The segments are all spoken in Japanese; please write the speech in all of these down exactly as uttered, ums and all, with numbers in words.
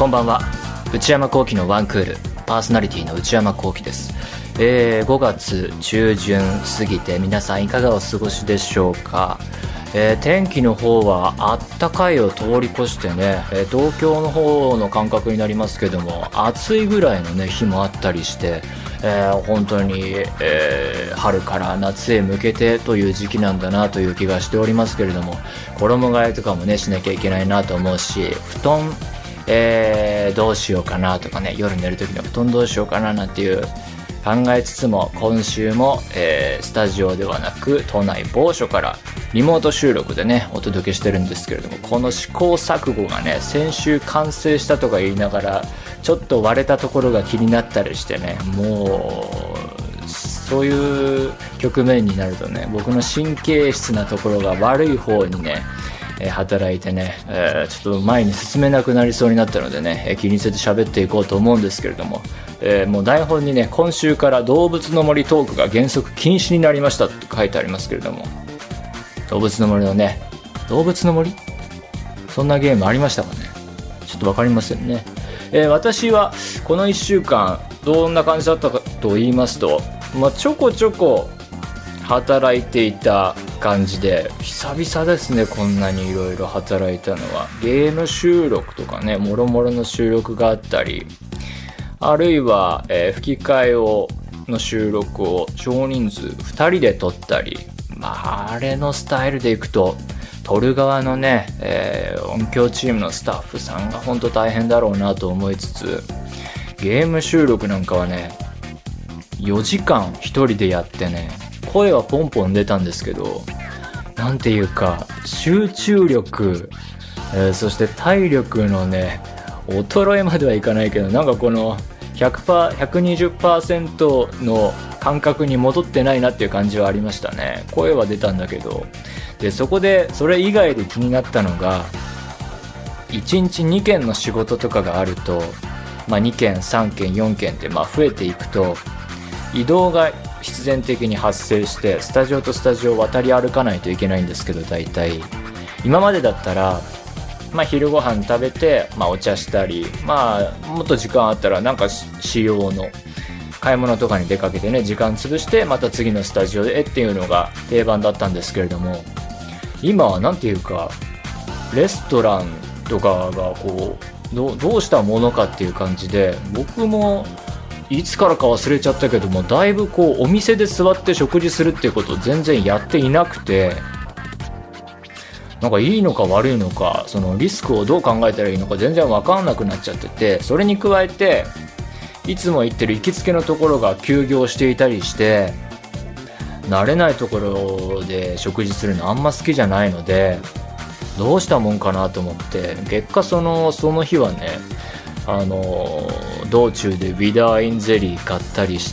こんばんは。内山聖輝のワンクールパーソナリティの内山聖輝です。えー、ごがつ中旬過ぎて皆さんいかがお過ごしでしょうか。えー、天気の方はあったかいを通り越してね、えー、東京の方の感覚になりますけども、暑いぐらいのね日もあったりして、えー、本当に、えー、春から夏へ向けてという時期なんだなという気がしておりますけれども、衣替えとかもねしなきゃいけないなと思うし、布団、えー、どうしようかなとかね、夜寝る時の布団どうしようかななんていう考えつつも、今週も、えー、スタジオではなく都内某所からリモート収録でねお届けしてるんですけれども、この試行錯誤がね先週完成したとか言いながらちょっと割れたところが気になったりしてね、もうそういう局面になるとね、僕の神経質なところが悪い方にねえー、働いてね、えー、ちょっと前に進めなくなりそうになったのでね、えー、気にせず喋っていこうと思うんですけれども、えー、もう台本にね、今週から動物の森トークが原則禁止になりましたって書いてありますけれども、動物の森のね、動物の森そんなゲームありましたかね。ちょっとわかりませんね。えー、私はこのいっしゅうかんどんな感じだったかと言いますと、まあ、ちょこちょこ働いていた感じで、久々ですね、こんなにいろいろ働いたのは。ゲーム収録とかね、もろもろの収録があったり、あるいは、えー、吹き替えをの収録を少人数ふたりで撮ったり、まああれのスタイルでいくと撮る側のね、えー、音響チームのスタッフさんが本当大変だろうなと思いつつ、ゲーム収録なんかはねよじかんひとりでやってね、声はポンポン出たんですけど、なんていうか集中力、えー、そして体力のね衰えまではいかないけど、なんかこの ひゃくパーセント、ひゃくにじゅっパーセント の感覚に戻ってないなっていう感じはありましたね。声は出たんだけど、でそこでそれ以外で気になったのが、いちにちにけんの仕事とかがあると、まあ、にけんさんけんよんけんってまあ増えていくと移動が必然的に発生して、スタジオとスタジオを渡り歩かないといけないんですけど、大体今までだったら、まあ、昼ご飯食べて、まあ、お茶したり、まあ、もっと時間あったらなんか仕様の買い物とかに出かけてね、時間潰してまた次のスタジオでっていうのが定番だったんですけれども、今はなんていうかレストランとかがこう ど, どうしたものかっていう感じで、僕もいつからか忘れちゃったけども、だいぶこうお店で座って食事するっていうことを全然やっていなくて、なんかいいのか悪いのか、そのリスクをどう考えたらいいのか全然分かんなくなっちゃってて、それに加えていつも行ってる行きつけのところが休業していたりして、慣れないところで食事するのあんま好きじゃないので、どうしたもんかなと思って、結果そのその日はね、あの道中でビダーインゼリー買ったりして、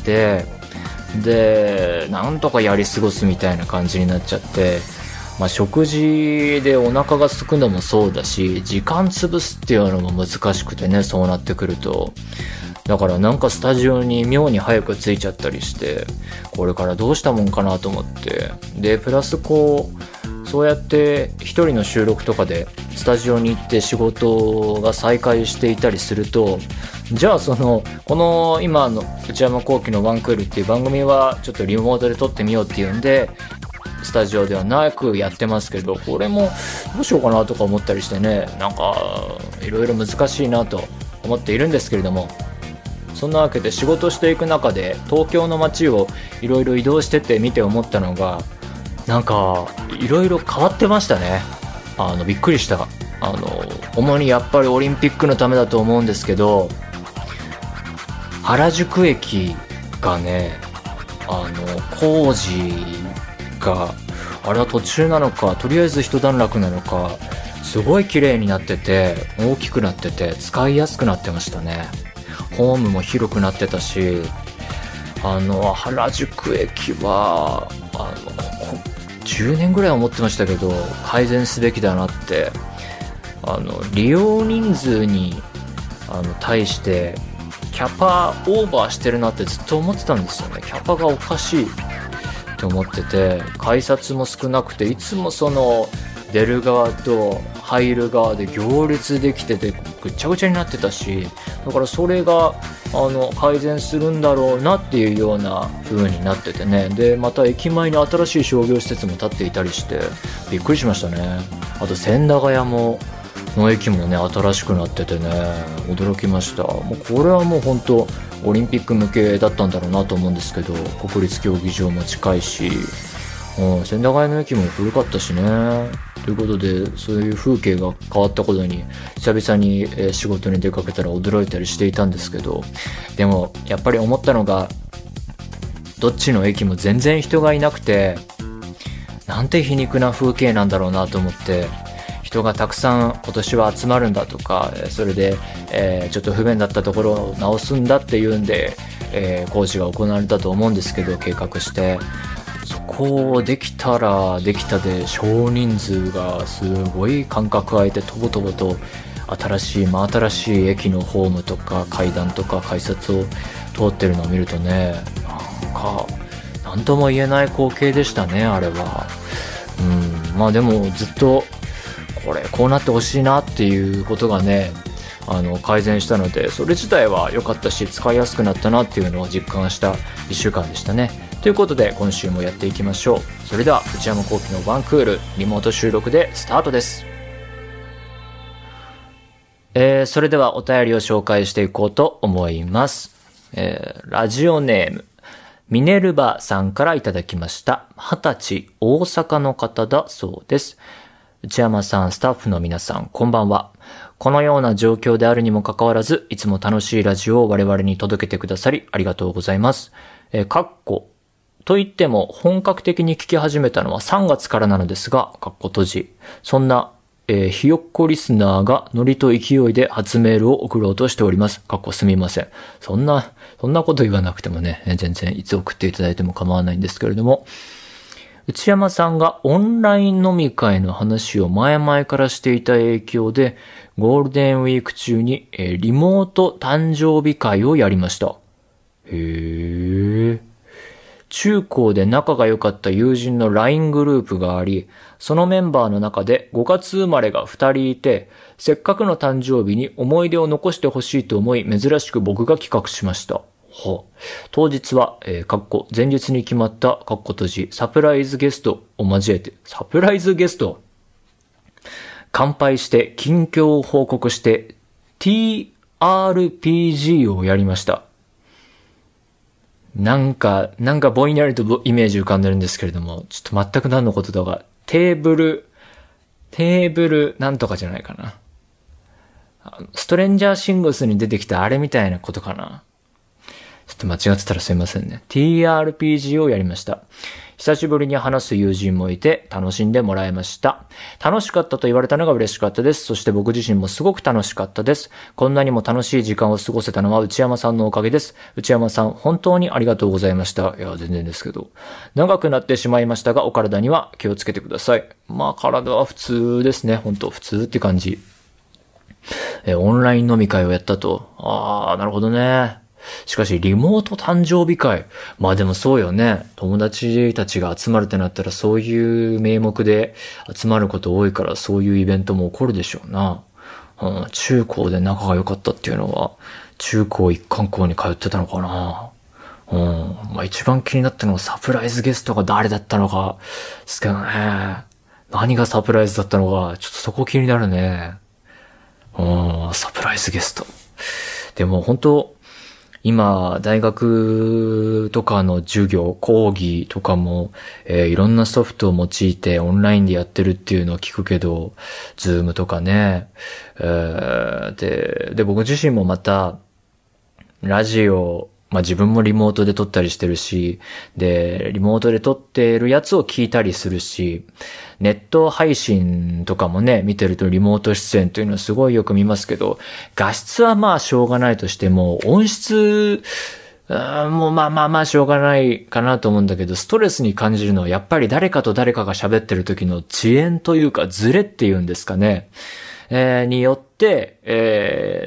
でなんとかやり過ごすみたいな感じになっちゃって、まあ、食事でお腹が空くのもそうだし、時間潰すっていうのも難しくてね、そうなってくると。だからなんかスタジオに妙に早く着いちゃったりして、これからどうしたもんかなと思って、でプラスこうそうやって一人の収録とかでスタジオに行って仕事が再開していたりすると、じゃあそのこの今の内山聖輝のワンクールっていう番組はちょっとリモートで撮ってみようっていうんでスタジオではなくやってますけど、これもどうしようかなとか思ったりしてね、なんかいろいろ難しいなと思っているんですけれども、そんなわけで仕事していく中で東京の街をいろいろ移動してって見て思ったのが、なんかいろいろ変わってましたね。あのびっくりした。あの主にやっぱりオリンピックのためだと思うんですけど、原宿駅がね、あの工事があれは途中なのか、とりあえず一段落なのか、すごい綺麗になってて大きくなってて使いやすくなってましたね。ホームも広くなってたし、あの原宿駅はあのここじゅうねんぐらい思ってましたけど、改善すべきだなって。あの利用人数にあの対してキャパオーバーしてるなってずっと思ってたんですよね。キャパがおかしいって思ってて、改札も少なくて、いつもその出る側と入る側で行列できててぐっちゃぐちゃになってたし、だからそれがあの改善するんだろうなっていうような風になっててね。でまた駅前に新しい商業施設も建っていたりしてびっくりしましたね。あと千駄ヶ谷もの駅もね新しくなっててね驚きました。もうこれはもう本当オリンピック向けだったんだろうなと思うんですけど、国立競技場も近いし、うん、千駄ヶ谷の駅も古かったしね。ということでそういう風景が変わったことに久々に、えー、仕事に出かけたら驚いたりしていたんですけど、でもやっぱり思ったのがどっちの駅も全然人がいなくて、なんて皮肉な風景なんだろうなと思って、人がたくさん今年は集まるんだとか、それで、えー、ちょっと不便だったところを直すんだっていうんで、えー、工事が行われたと思うんですけど、計画してそこをできたらできたで少人数がすごい間隔空いてとぼとぼと新しい真新しい駅のホームとか階段とか改札を通ってるのを見るとね、なんか何とも言えない光景でしたねあれは。うん、まあでもずっとこれこうなってほしいなっていうことがねあの改善したので、それ自体は良かったし使いやすくなったなっていうのを実感したいっしゅうかんでしたね。ということで今週もやっていきましょう。それでは内山聖輝のワンクールリモート収録でスタートです。えー、それではお便りを紹介していこうと思います。えー、ラジオネームミネルバさんからいただきました。はたち大阪の方だそうです。内山さん、スタッフの皆さん、こんばんは。このような状況であるにもかかわらず、いつも楽しいラジオを我々に届けてくださりありがとうございます。えー、かっこと言っても本格的に聞き始めたのはさんがつからなのですが、かっこ閉じ。そんな、えー、ひよっこリスナーがノリと勢いで初メールを送ろうとしております。かっこすみません。そんな、そんなこと言わなくてもね、全然いつ送っていただいても構わないんですけれども、内山さんがオンライン飲み会の話を前々からしていた影響で、ゴールデンウィーク中に、えー、リモート誕生日会をやりました。へー。中高で仲が良かった友人の ライン グループがあり、そのメンバーの中でごがつ生まれがふたりいて、せっかくの誕生日に思い出を残してほしいと思い、珍しく僕が企画しました。はあ、当日は、えー、かっこ前日に決まったかっこ閉じサプライズゲストを交えて、サプライズゲスト乾杯して近況を報告して ティーアールピージー をやりました。なんか、なんかぼんやりとイメージ浮かんでるんですけれども、ちょっと全く何のことだが、テーブル、テーブルなんとかじゃないかな。ストレンジャーシングスに出てきたあれみたいなことかな。ちょっと間違ってたらすいませんね。ティーアールピージー をやりました。久しぶりに話す友人もいて楽しんでもらえました。楽しかったと言われたのが嬉しかったです。そして僕自身もすごく楽しかったです。こんなにも楽しい時間を過ごせたのは内山さんのおかげです。内山さん、本当にありがとうございました。いや、全然ですけど。長くなってしまいましたが、お体には気をつけてください。まあ、体は普通ですね。本当普通って感じ。え、オンライン飲み会をやったと。あー、なるほどね。しかしリモート誕生日会、まあでもそうよね。友達たちが集まるってなったらそういう名目で集まること多いから、そういうイベントも起こるでしょうな。うん、中高で仲が良かったっていうのは中高一貫校に通ってたのかな。うん、まあ一番気になったのはサプライズゲストが誰だったのかですけどね。何がサプライズだったのかちょっとそこ気になるね。うん、サプライズゲスト。でも本当今、大学とかの授業、講義とかも、えー、いろんなソフトを用いてオンラインでやってるっていうのを聞くけど、ズームとかね、えー、で、で、僕自身もまた、ラジオ、まあ自分もリモートで撮ったりしてるし、で、リモートで撮ってるやつを聞いたりするし、ネット配信とかもね、見てるとリモート出演というのはすごいよく見ますけど、画質はまあしょうがないとしても、音質、あもうまあまあまあしょうがないかなと思うんだけど、ストレスに感じるのはやっぱり誰かと誰かが喋ってる時の遅延というかズレっていうんですかね、えー、によって、えー、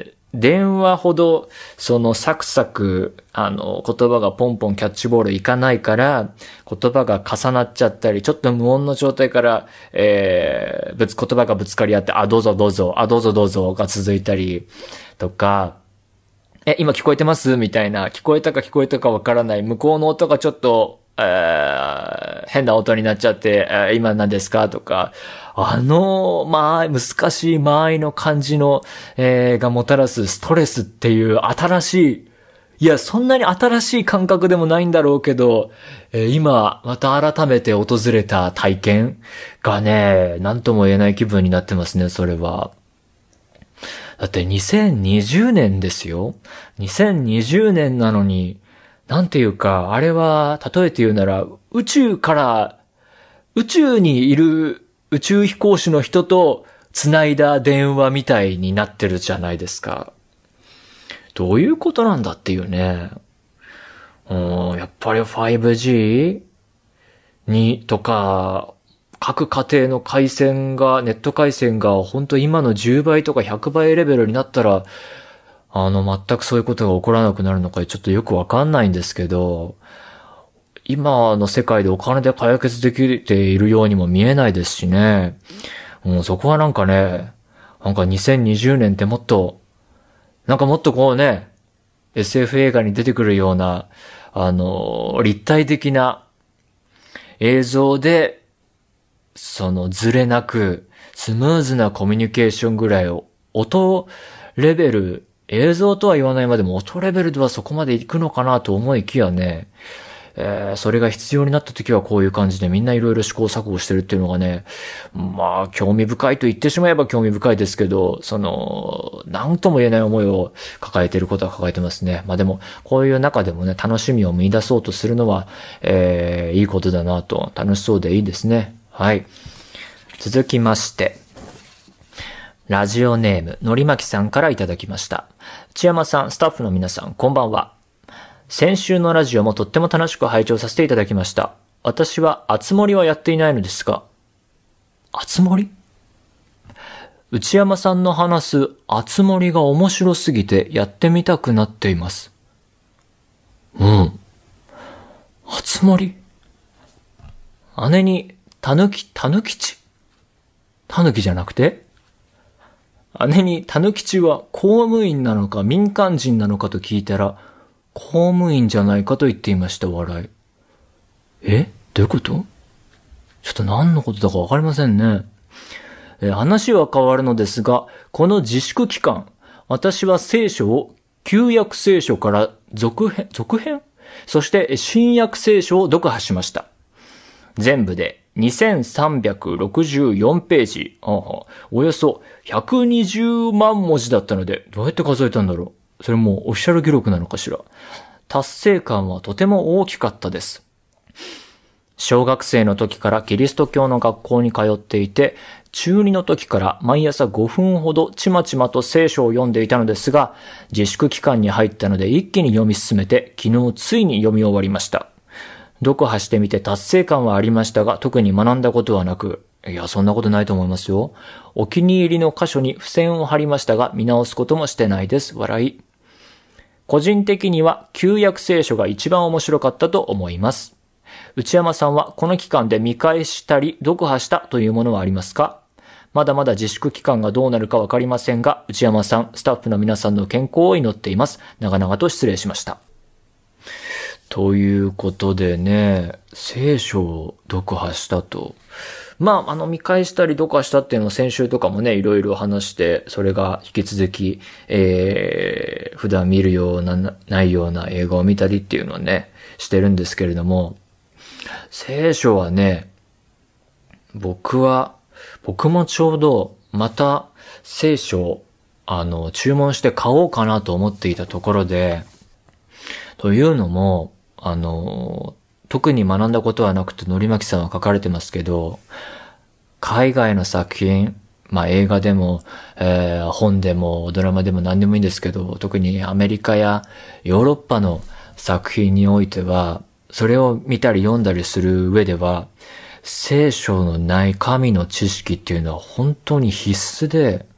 電話ほど、そのサクサク、あの、言葉がポンポンキャッチボールいかないから、言葉が重なっちゃったり、ちょっと無音の状態から、えー、ぶつ、言葉がぶつかり合って、あ、どうぞどうぞ、あ、どうぞどうぞが続いたり、とか、え、今聞こえてますみたいな、聞こえたか聞こえたかわからない、向こうの音がちょっと、えー、変な音になっちゃって、えー、今何ですかとか、あの、まあ、難しい間合いの感じの、えー、がもたらすストレスっていう新しい、いや、そんなに新しい感覚でもないんだろうけど、えー、今、また改めて訪れた体験がね、なんとも言えない気分になってますね、それは。だってにせんにじゅうねんですよ。にせんにじゅうねんなのに、なんていうか、あれは、例えて言うなら、宇宙から、宇宙にいる宇宙飛行士の人と繋いだ電話みたいになってるじゃないですか。どういうことなんだっていうね。うん、やっぱり ファイブジー にとか、各家庭の回線が、ネット回線が本当今のじゅうばいとかひゃくばいレベルになったら、あの、全くそういうことが起こらなくなるのかちょっとよくわかんないんですけど、今の世界でお金で解決できているようにも見えないですしね。もうそこはなんかね、なんかにせんにじゅうねんってもっと、なんかもっとこうね、エスエフ 映画に出てくるような、あの、立体的な映像で、そのズレなく、スムーズなコミュニケーションぐらいを、音レベル、映像とは言わないまでも音レベルではそこまで行くのかなと思いきやね、えー、それが必要になった時はこういう感じでみんないろいろ試行錯誤してるっていうのがね、まあ興味深いと言ってしまえば興味深いですけど、その、なんとも言えない思いを抱えていることは抱えてますね。まあでも、こういう中でもね、楽しみを見出そうとするのは、えー、いいことだなと、楽しそうでいいですね。はい。続きまして、ラジオネーム、のりまきさんからいただきました。千山さん、スタッフの皆さん、こんばんは。先週のラジオもとっても楽しく拝聴させていただきました。私は、あつ森はやっていないのですが、あつ森？内山さんの話すあつ森が面白すぎてやってみたくなっています。うん。あつ森？姉に、たぬき、たぬきち？たぬきじゃなくて？姉にたぬきちは公務員なのか民間人なのかと聞いたら、公務員じゃないかと言っていました。笑い。え？どういうこと？ちょっと何のことだかわかりませんね。えー、話は変わるのですが、この自粛期間、私は聖書を旧約聖書から続編、続編？そして新約聖書を読破しました。全部でにせんさんびゃくろくじゅうよんページ、およそひゃくにじゅうまんもじだったので、どうやって数えたんだろう。それもオフィシャル記録なのかしら。達成感はとても大きかったです。小学生の時からキリスト教の学校に通っていて、中にの時から毎朝ごふんほどちまちまと聖書を読んでいたのですが、自粛期間に入ったので一気に読み進めて、昨日ついに読み終わりました。読破してみて達成感はありましたが、特に学んだことはなく、いや、そんなことないと思いますよ。お気に入りの箇所に付箋を貼りましたが、見直すこともしてないです。笑い。個人的には旧約聖書が一番面白かったと思います。内山さんはこの期間で見返したり読破したというものはありますか？まだまだ自粛期間がどうなるかわかりませんが、内山さん、スタッフの皆さんの健康を祈っています。長々と失礼しました。ということでね、聖書を読破したと。まあ、あの、見返したり読破したっていうのを先週とかもね、いろいろ話して、それが引き続き、えー、普段見るような、ないような映画を見たりっていうのをね、してるんですけれども、聖書はね、僕は、僕もちょうど、また、聖書を、あの、注文して買おうかなと思っていたところで、というのも、あの、特に学んだことはなくて、のりまきさんは書かれてますけど、海外の作品、まあ映画でも、えー、本でもドラマでも何でもいいんですけど、特にアメリカやヨーロッパの作品においては、それを見たり読んだりする上では、聖書のない神の知識っていうのは本当に必須で、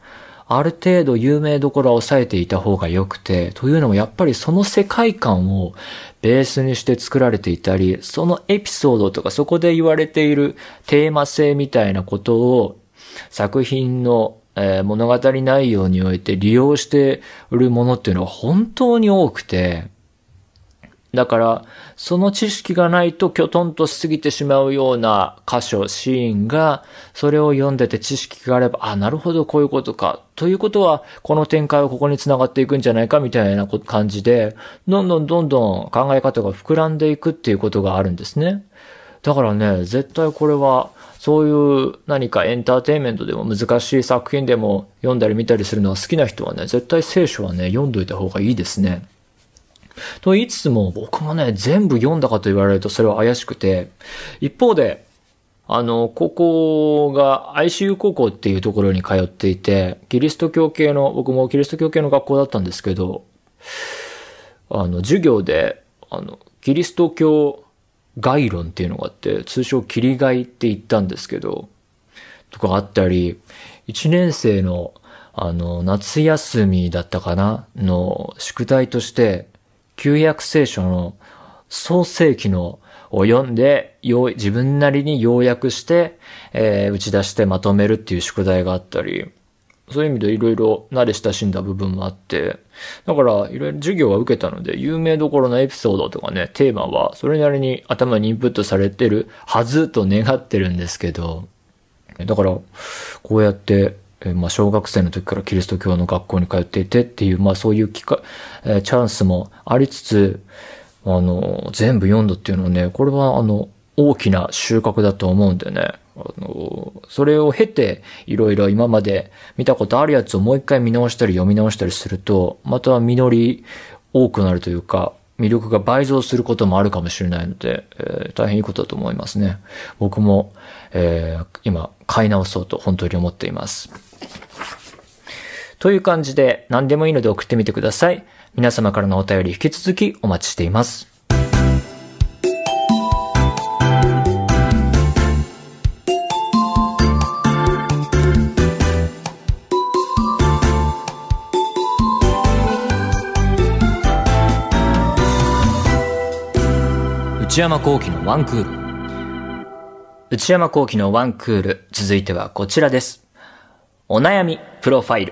ある程度有名どころは抑えていた方が良くて、というのもやっぱりその世界観をベースにして作られていたり、そのエピソードとかそこで言われているテーマ性みたいなことを作品の、えー、物語内容において利用しているものっていうのは本当に多くて、だから、その知識がないときょとんとしすぎてしまうような箇所、シーンが、それを読んでて知識があれば、あ、なるほど、こういうことか。ということは、この展開はここに繋がっていくんじゃないか、みたいな感じで、どんどんどんどん考え方が膨らんでいくっていうことがあるんですね。だからね、絶対これは、そういう何かエンターテインメントでも難しい作品でも読んだり見たりするのが好きな人はね、絶対聖書はね、読んどいた方がいいですね。と言いつつも僕もね、全部読んだかと言われるとそれは怪しくて、一方で、あの、高校が アイシーユー 高校っていうところに通っていて、キリスト教系の、僕もキリスト教系の学校だったんですけど、あの、授業で、あの、キリスト教概論っていうのがあって、通称キリガイって言ったんですけど、とかあったり、一年生の、あの、夏休みだったかなの宿題として、旧約聖書の創世記のを読んで、自分なりに要約して、えー、打ち出してまとめるっていう宿題があったり、そういう意味でいろいろ慣れ親しんだ部分もあって、だからいろいろ授業は受けたので、有名どころのエピソードとかね、テーマはそれなりに頭にインプットされてるはずと願ってるんですけど、だからこうやって、えー、まあ小学生の時からキリスト教の学校に通っていてっていう、まあそういう機会、えー、チャンスもありつつ、あの、全部読んだっていうのはね、これはあの、大きな収穫だと思うんでね、あの、それを経て、いろいろ今まで見たことあるやつをもう一回見直したり読み直したりすると、また実り多くなるというか、魅力が倍増することもあるかもしれないので、えー、大変いいことだと思いますね。僕も、えー、今、買い直そうと本当に思っています。という感じで、何でもいいので送ってみてください。皆様からのお便り引き続きお待ちしています。内山聖輝のワンクール。内山聖輝のワンクール。続いてはこちらです。お悩みプロファイル。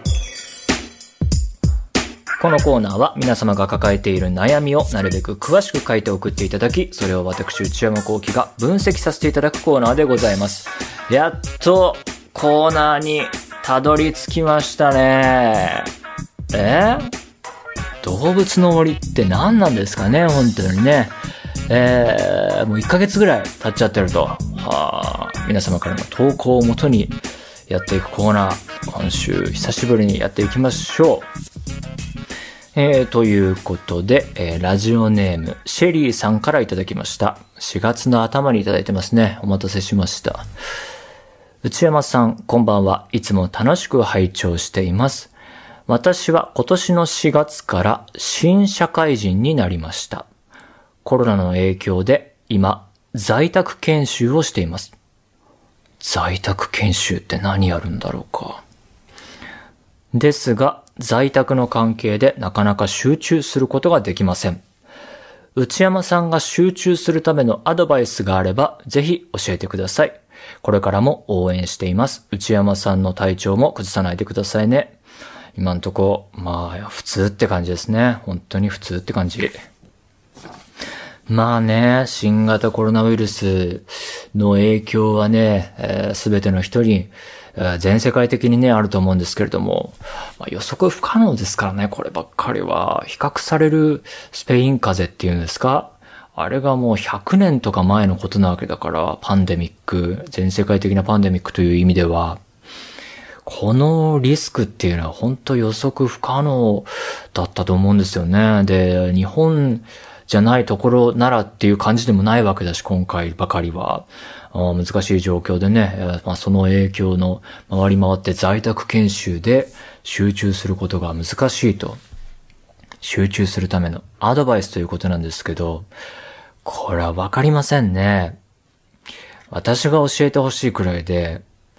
このコーナーは皆様が抱えている悩みをなるべく詳しく書いて送っていただき、それを私内山聖輝が分析させていただくコーナーでございます。やっとコーナーにたどり着きましたね。え動物の森って何なんですかね、本当にね。えー、もういっかげつぐらい経っちゃってると、はあ、皆様からの投稿をもとにやっていくコーナー、今週久しぶりにやっていきましょう。えー、ということで、えー、ラジオネームシェリーさんからいただきました。しがつの頭にいただいてますね。お待たせしました。内山さん、こんばんは。いつも楽しく拝聴しています。私は今年のしがつから新社会人になりました。コロナの影響で今、在宅研修をしています。在宅研修って何やるんだろうか。ですが、在宅の関係でなかなか集中することができません。内山さんが集中するためのアドバイスがあれば、ぜひ教えてください。これからも応援しています。内山さんの体調も崩さないでくださいね。今んとこ、まあ、普通って感じですね。本当に普通って感じ。まあね、新型コロナウイルスの影響はね、えー、全ての人に、えー、全世界的にね、あると思うんですけれども、まあ、予測不可能ですからね、こればっかりは。比較されるスペイン風邪っていうんですか？あれがもうひゃくねんとか前のことなわけだから、パンデミック、全世界的なパンデミックという意味では、このリスクっていうのは本当予測不可能だったと思うんですよね。で、日本じゃないところならっていう感じでもないわけだし、今回ばかりは難しい状況でね、まあ、その影響の回り回って在宅研修で集中することが難しいと、集中するためのアドバイスということなんですけど、これはわかりませんね。私が教えてほしいくらいで、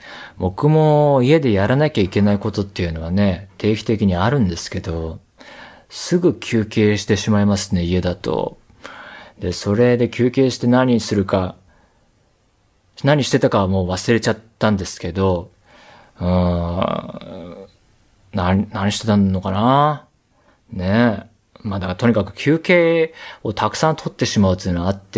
僕も家でやらなきゃいけないことっていうのはね、定期的にあるんですけど、すぐ休憩してしまいますね、家だと。で、それで休憩して何するか、何してたかはもう忘れちゃったんですけど、うーん、何、何してたのかなねえ。まあだからとにかく休憩をたくさん取ってしまうっていうのがあって、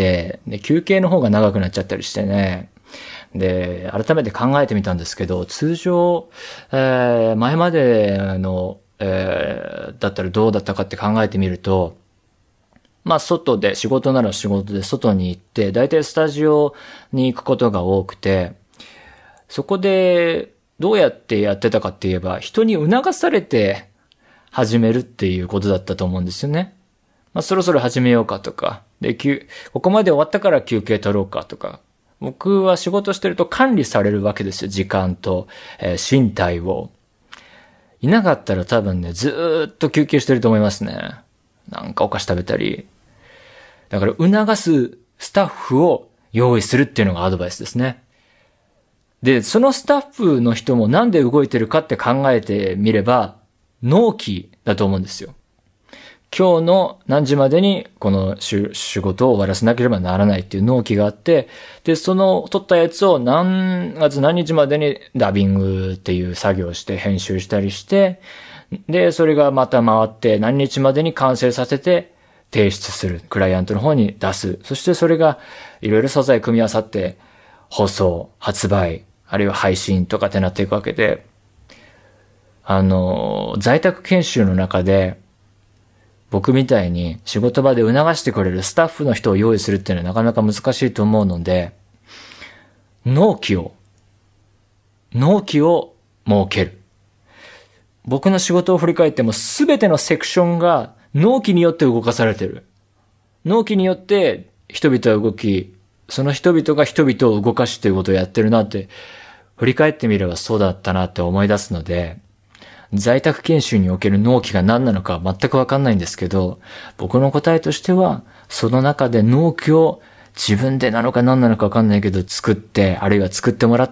で、休憩の方が長くなっちゃったりしてね。で、改めて考えてみたんですけど、通常、えー、前までの、えー、だったらどうだったかって考えてみると、まあ外で、仕事なら仕事で外に行って、だいたいスタジオに行くことが多くて、そこでどうやってやってたかって言えば、人に促されて始めるっていうことだったと思うんですよね。まあそろそろ始めようかとか、で、ここまで終わったから休憩取ろうかとか、僕は仕事してると管理されるわけですよ、時間と、えー、身体を。いなかったら多分ね、ずーっと休憩してると思いますね。なんかお菓子食べたり。だから促すスタッフを用意するっていうのがアドバイスですね。で、そのスタッフの人もなんで動いてるかって考えてみれば、納期だと思うんですよ。今日の何時までにこの仕事を終わらせなければならないっていう納期があって、で、その撮ったやつを何月何日までにダビングっていう作業をして編集したりして、で、それがまた回って何日までに完成させて提出する。クライアントの方に出す。そしてそれがいろいろ素材組み合わさって放送、発売、あるいは配信とかってなっていくわけで、あの、在宅研修の中で僕みたいに仕事場で促してくれるスタッフの人を用意するっていうのはなかなか難しいと思うので、納期を、納期を設ける。僕の仕事を振り返っても全てのセクションが納期によって動かされてる。納期によって人々は動き、その人々が人々を動かしていることをやってるなって振り返ってみればそうだったなって思い出すので、在宅研修における納期が何なのか全くわかんないんですけど、僕の答えとしては、その中で納期を自分でなのか何なのかわかんないけど作って、あるいは作ってもらって、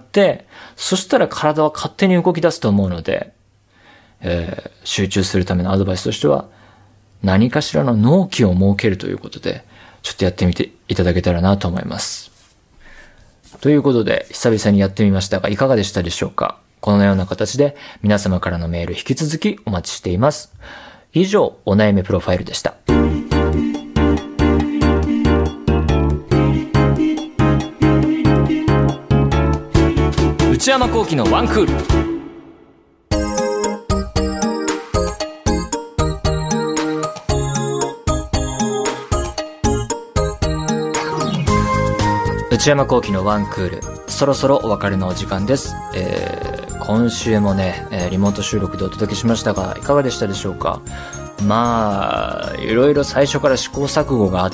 そしたら体は勝手に動き出すと思うので、えー、集中するためのアドバイスとしては、何かしらの納期を設けるということで、ちょっとやってみていただけたらなと思います。ということで、久々にやってみましたが、いかがでしたでしょうか？このような形で皆様からのメール引き続きお待ちしています。以上、お悩みプロファイルでした。内山聖輝のワンクール。内山聖輝のワンクール、そろそろお別れのお時間です。えー、今週もね、えー、リモート収録でお届けしましたが、いかがでしたでしょうか？まあ、いろいろ最初から試行錯誤があって、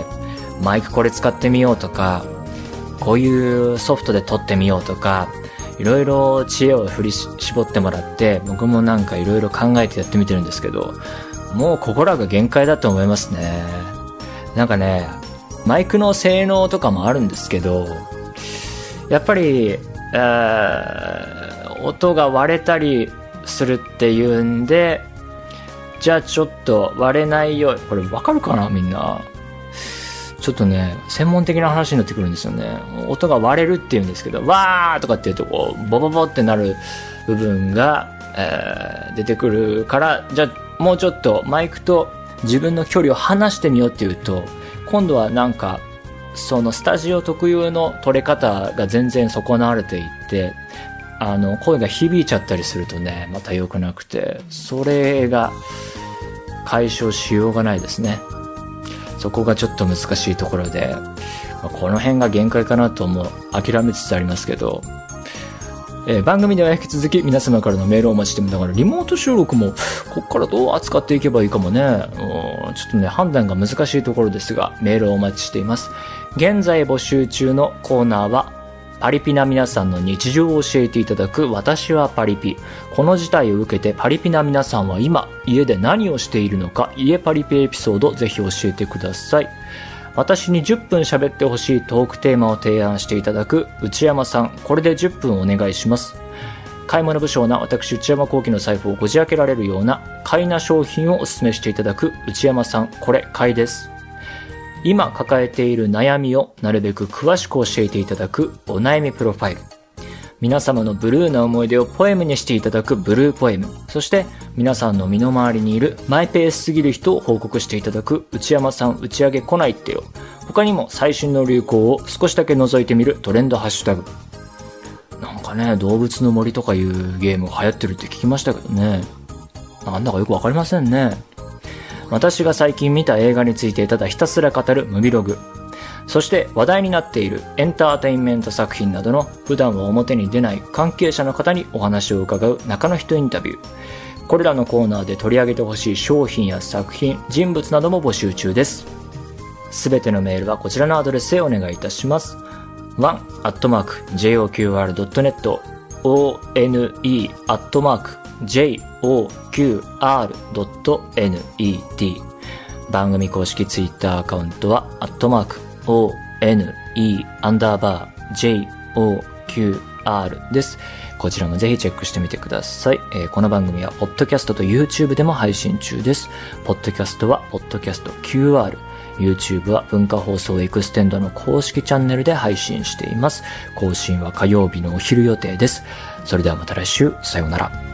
マイクこれ使ってみようとか、こういうソフトで撮ってみようとか、いろいろ知恵を振り絞ってもらって、僕もなんかいろいろ考えてやってみてるんですけど、もうここらが限界だと思いますね。なんかね、マイクの性能とかもあるんですけど、やっぱり、えー、音が割れたりするっていうんで、じゃあちょっと割れないよう、これわかるかなみんな。ちょっとね、専門的な話になってくるんですよね。音が割れるっていうんですけど、わーとかって言うとこう、ボボボってなる部分が、えー、出てくるから、じゃあもうちょっとマイクと自分の距離を離してみようっていうと、今度はなんかそのスタジオ特有の取れ方が全然損なわれていって、あの声が響いちゃったりするとね、また良くなくて、それが解消しようがないですね。そこがちょっと難しいところで、まあ、この辺が限界かなとも諦めつつありますけど、えー、番組では引き続き皆様からのメールをお待ちしても、だからリモート収録もここからどう扱っていけばいいかもね、ちょっとね判断が難しいところですが、メールをお待ちしています。現在募集中のコーナーは、パリピな皆さんの日常を教えていただく私はパリピ。この事態を受けてパリピな皆さんは今家で何をしているのか、家パリピエピソードぜひ教えてください。 私にじゅっぷん喋ってほしいトークテーマを提案していただく内山さん、これでじゅっぷんお願いします。買い物不詳な私内山聖輝の財布をこじ開けられるような買いな商品をお勧めしていただく内山さん、これ買いです。今抱えている悩みをなるべく詳しく教えていただくお悩みプロファイル、皆様のブルーな思い出をポエムにしていただくブルーポエム、そして皆さんの身の回りにいるマイペースすぎる人を報告していただく内山さん打ち上げ来ないってよ。他にも最新の流行を少しだけ覗いてみるトレンドハッシュタグ。なんかね、動物の森とかいうゲームが流行ってるって聞きましたけどね、なんだかよくわかりませんね。私が最近見た映画についてただひたすら語るムビログ、そして話題になっているエンターテインメント作品などの普段は表に出ない関係者の方にお話を伺う中の人インタビュー、これらのコーナーで取り上げてほしい商品や作品、人物なども募集中です。すべてのメールはこちらのアドレスへお願いいたします。ワン アットマーク ジェイオーキューアール ドットネット オーエヌイー アットマーク ジェイオーキューアール ドットネット 番組公式ツイッターアカウントはアットマーク オーエヌイー アンダーバー ジェイオーキューアール です。こちらもぜひチェックしてみてください。えー、この番組はポッドキャストと YouTube でも配信中です。ポッドキャストはポッドキャスト キューアール、YouTube は文化放送エクステンドの公式チャンネルで配信しています。更新は火曜日のお昼予定です。それではまた来週、さようなら。